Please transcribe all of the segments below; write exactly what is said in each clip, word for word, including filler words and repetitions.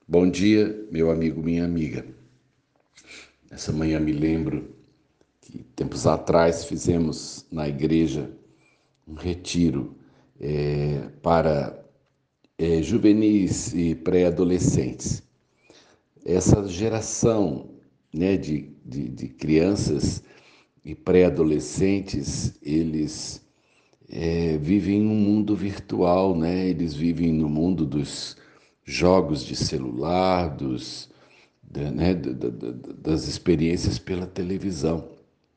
Bom dia, meu amigo, minha amiga. Essa manhã me lembro que tempos atrás fizemos na igreja um retiro é, para é, juvenis e pré-adolescentes. Essa geração, né, de, de, de crianças e pré-adolescentes, eles é, vivem um mundo virtual, né? Eles vivem no mundo dos jogos de celular, dos da, né, da, da, das experiências pela televisão.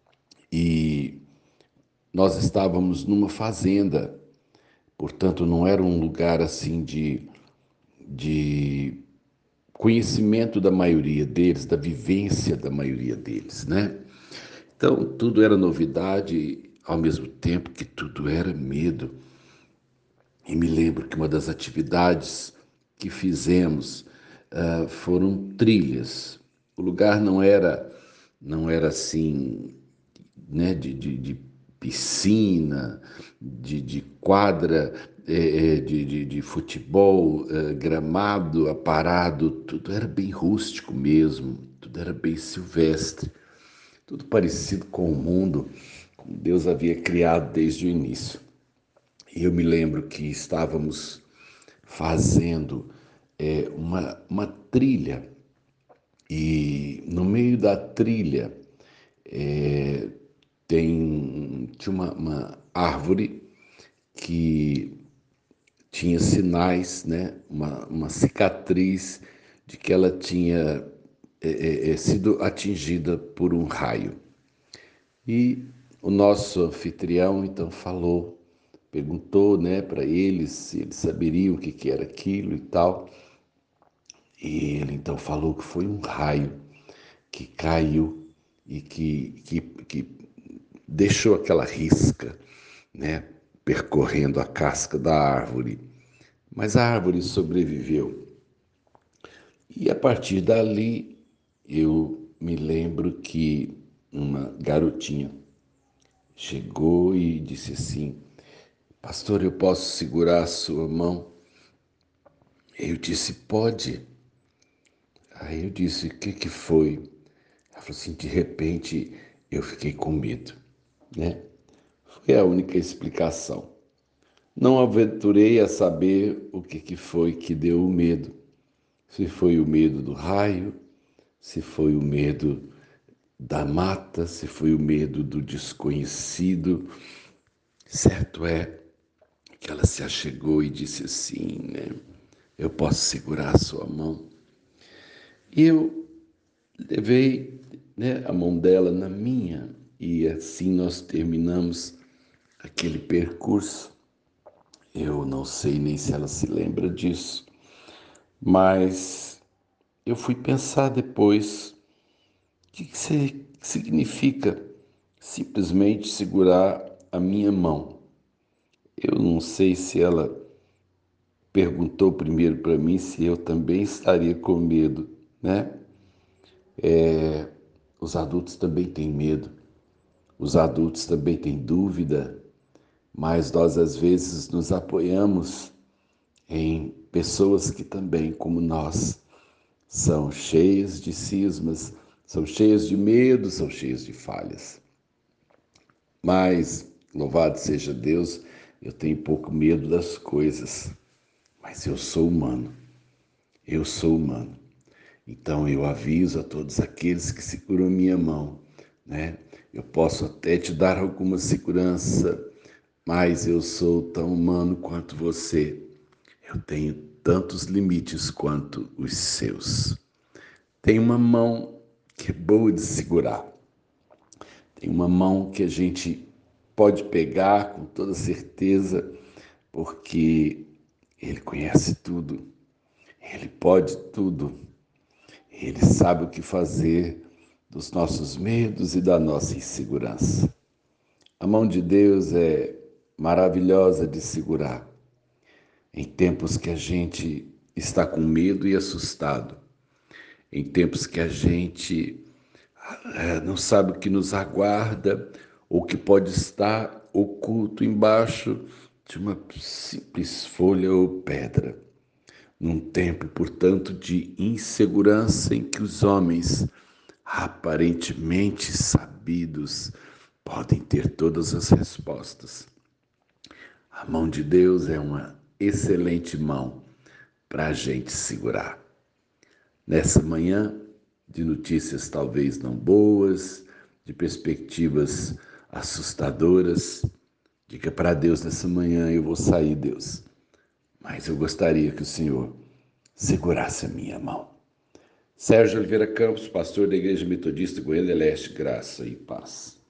E nós estávamos numa fazenda, portanto não era um lugar assim de, de conhecimento da maioria deles, da vivência da maioria deles, né? Então tudo era novidade, ao mesmo tempo que tudo era medo. E me lembro que uma das atividades que fizemos uh, foram trilhas. O lugar não era, não era assim, né, de, de, de piscina, de, de quadra, é, de, de, de futebol, é, gramado, aparado, tudo era bem rústico mesmo, tudo era bem silvestre, tudo parecido com o mundo, como Deus havia criado desde o início. E eu me lembro que estávamos fazendo é, uma, uma trilha, e no meio da trilha é, tem, tinha uma, uma árvore que tinha sinais, né, uma, uma cicatriz de que ela tinha é, é, sido atingida por um raio. E o nosso anfitrião então falou, perguntou, né, para eles se eles saberiam o que, que era aquilo e tal. E ele então falou que foi um raio que caiu e que, que, que deixou aquela risca, né, percorrendo a casca da árvore. Mas a árvore sobreviveu. E a partir dali eu me lembro que uma garotinha chegou e disse assim: Pastor, eu posso segurar a sua mão? Eu disse: Pode. Aí eu disse: O que que foi? Ela falou assim: De repente eu fiquei com medo, né? Foi a única explicação. Não aventurei a saber o que que foi que deu o medo. Se foi o medo do raio, se foi o medo da mata, se foi o medo do desconhecido. Certo é que ela se achegou e disse assim, né? Eu posso segurar a sua mão? E eu levei, né, a mão dela na minha e assim nós terminamos aquele percurso. Eu não sei nem se ela se lembra disso, mas eu fui pensar depois o que, que significa simplesmente segurar a minha mão. Eu não sei se ela perguntou primeiro para mim se eu também estaria com medo, né? É, os adultos também têm medo, os adultos também têm dúvida, mas nós às vezes nos apoiamos em pessoas que também, como nós, são cheias de cismas, são cheias de medo, são cheias de falhas. Mas, louvado seja Deus, eu tenho pouco medo das coisas, mas eu sou humano, eu sou humano. Então eu aviso a todos aqueles que seguram a minha mão, né? Eu posso até te dar alguma segurança, mas eu sou tão humano quanto você. Eu tenho tantos limites quanto os seus. Tem uma mão que é boa de segurar. Tem uma mão que a gente pode pegar com toda certeza, porque ele conhece tudo, ele pode tudo, ele sabe o que fazer dos nossos medos e da nossa insegurança. A mão de Deus é maravilhosa de segurar em tempos que a gente está com medo e assustado, em tempos que a gente é, não sabe o que nos aguarda ou que pode estar oculto embaixo de uma simples folha ou pedra. num tempo, portanto, de insegurança em que os homens, aparentemente sabidos, podem ter todas as respostas. A mão de Deus é uma excelente mão para a gente segurar. Nessa manhã, de notícias talvez não boas, de perspectivas assustadoras, diga para Deus nessa manhã: eu vou sair, Deus, mas eu gostaria que o Senhor segurasse a minha mão. Sérgio Oliveira Campos, pastor da Igreja Metodista Goiânia Leste, graça e paz.